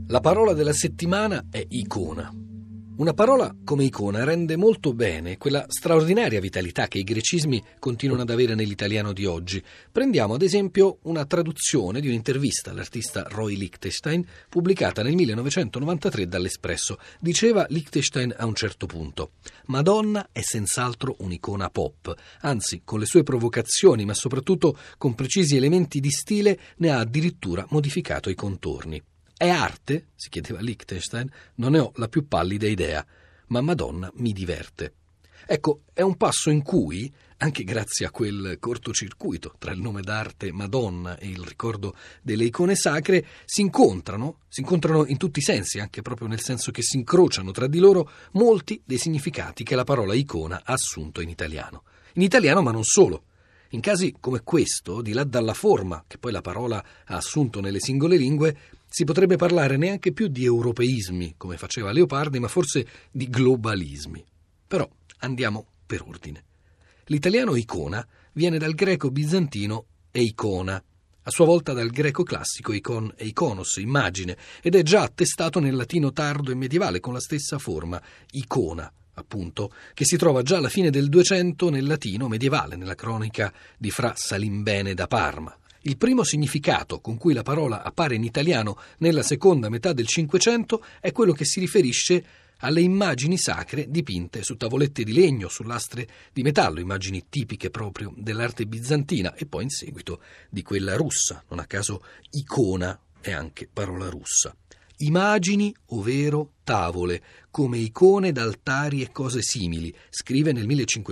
La parola della settimana è icona. Una parola come icona rende molto bene quella straordinaria vitalità che i grecismi continuano ad avere nell'italiano di oggi. Prendiamo ad esempio una traduzione di un'intervista all'artista Roy Lichtenstein pubblicata nel 1993 dall'Espresso. Diceva Lichtenstein a un certo punto: Madonna è senz'altro un'icona pop, anzi con le sue provocazioni ma soprattutto con precisi elementi di stile ne ha addirittura modificato i contorni. È arte? Si chiedeva Lichtenstein. Non ne ho la più pallida idea, ma Madonna mi diverte. Ecco, è un passo in cui, anche grazie a quel cortocircuito tra il nome d'arte Madonna e il ricordo delle icone sacre, si incontrano in tutti i sensi, anche proprio nel senso che si incrociano tra di loro molti dei significati che la parola icona ha assunto in italiano. In italiano, ma non solo. In casi come questo, di là dalla forma che poi la parola ha assunto nelle singole lingue, si potrebbe parlare neanche più di europeismi, come faceva Leopardi, ma forse di globalismi. Però andiamo per ordine. L'italiano icona viene dal greco bizantino eikona, a sua volta dal greco classico icon e iconos, immagine, ed è già attestato nel latino tardo e medievale con la stessa forma, icona, appunto, che si trova già alla fine del 200 nel latino medievale, nella cronica di Fra Salimbene da Parma. Il primo significato con cui la parola appare in italiano nella seconda metà del Cinquecento è quello che si riferisce alle immagini sacre dipinte su tavolette di legno, su lastre di metallo, immagini tipiche proprio dell'arte bizantina e poi in seguito di quella russa, non a caso icona è anche parola russa. Immagini, ovvero tavole, come icone d'altari e cose simili, scrive nel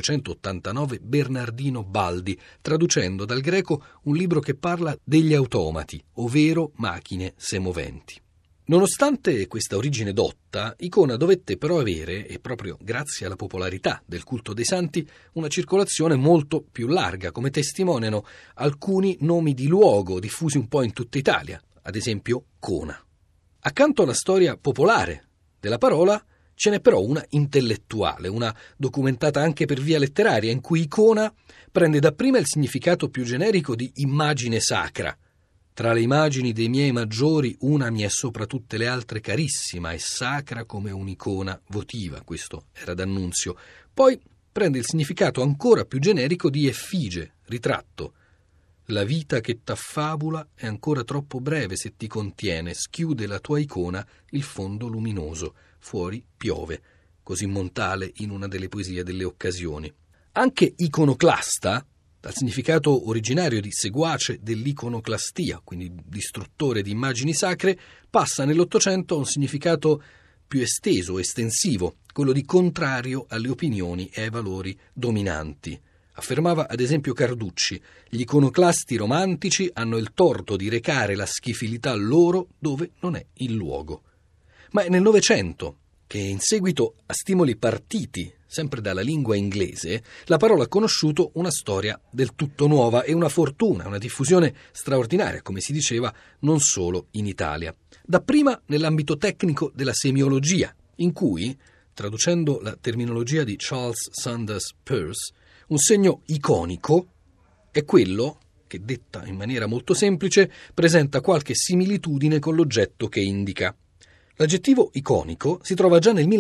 1589 Bernardino Baldi, traducendo dal greco un libro che parla degli automati, ovvero macchine semoventi. Nonostante questa origine dotta, icona dovette però avere, e proprio grazie alla popolarità del culto dei santi, una circolazione molto più larga, come testimoniano alcuni nomi di luogo diffusi un po' in tutta Italia, ad esempio Cona. Accanto alla storia popolare della parola ce n'è però una intellettuale, una documentata anche per via letteraria, in cui icona prende dapprima il significato più generico di immagine sacra. Tra le immagini dei miei maggiori una mi è sopra tutte le altre carissima e sacra come un'icona votiva, questo era D'Annunzio. Poi prende il significato ancora più generico di effigie, ritratto. La vita che t'affabula è ancora troppo breve se ti contiene, schiude la tua icona il fondo luminoso, fuori piove, così Montale in una delle poesie delle occasioni. Anche iconoclasta, dal significato originario di seguace dell'iconoclastia, quindi distruttore di immagini sacre, passa nell'Ottocento a un significato più esteso, estensivo, quello di contrario alle opinioni e ai valori dominanti. Affermava ad esempio Carducci: gli iconoclasti romantici hanno il torto di recare la schifilità loro dove non è il luogo. Ma è nel Novecento che, in seguito a stimoli partiti sempre dalla lingua inglese, la parola ha conosciuto una storia del tutto nuova e una fortuna, una diffusione straordinaria, come si diceva, non solo in Italia. Dapprima nell'ambito tecnico della semiologia, in cui, traducendo la terminologia di Charles Sanders Peirce, un segno iconico è quello che, detta in maniera molto semplice, presenta qualche similitudine con l'oggetto che indica. L'aggettivo iconico si trova già nel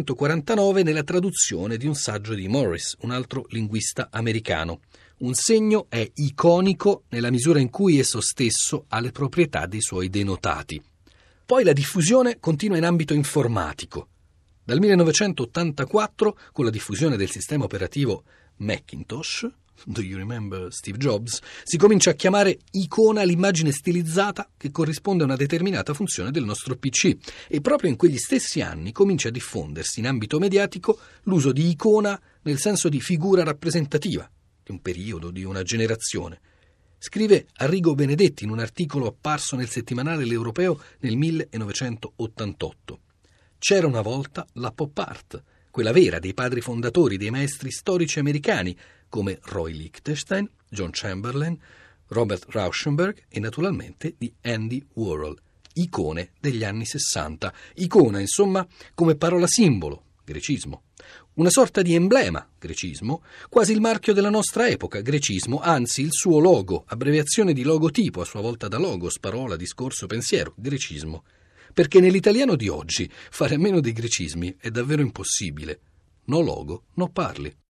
1949 nella traduzione di un saggio di Morris, un altro linguista americano. Un segno è iconico nella misura in cui esso stesso ha le proprietà dei suoi denotati. Poi la diffusione continua in ambito informatico. Dal 1984, con la diffusione del sistema operativo Macintosh, do you remember Steve Jobs, si comincia a chiamare icona l'immagine stilizzata che corrisponde a una determinata funzione del nostro PC, e proprio in quegli stessi anni comincia a diffondersi in ambito mediatico l'uso di icona nel senso di figura rappresentativa di un periodo, di una generazione. Scrive Arrigo Benedetti in un articolo apparso nel settimanale L'Europeo nel 1988. C'era una volta la pop art, quella vera dei padri fondatori, dei maestri storici americani, come Roy Lichtenstein, John Chamberlain, Robert Rauschenberg e naturalmente di Andy Warhol, icone degli anni 60. Icona, insomma, come parola simbolo, grecismo. Una sorta di emblema, grecismo, quasi il marchio della nostra epoca, grecismo, anzi il suo logo, abbreviazione di logotipo, a sua volta da logos, parola, discorso, pensiero, grecismo. perché nell'italiano di oggi fare a meno dei grecismi è davvero impossibile. No logo, no parli.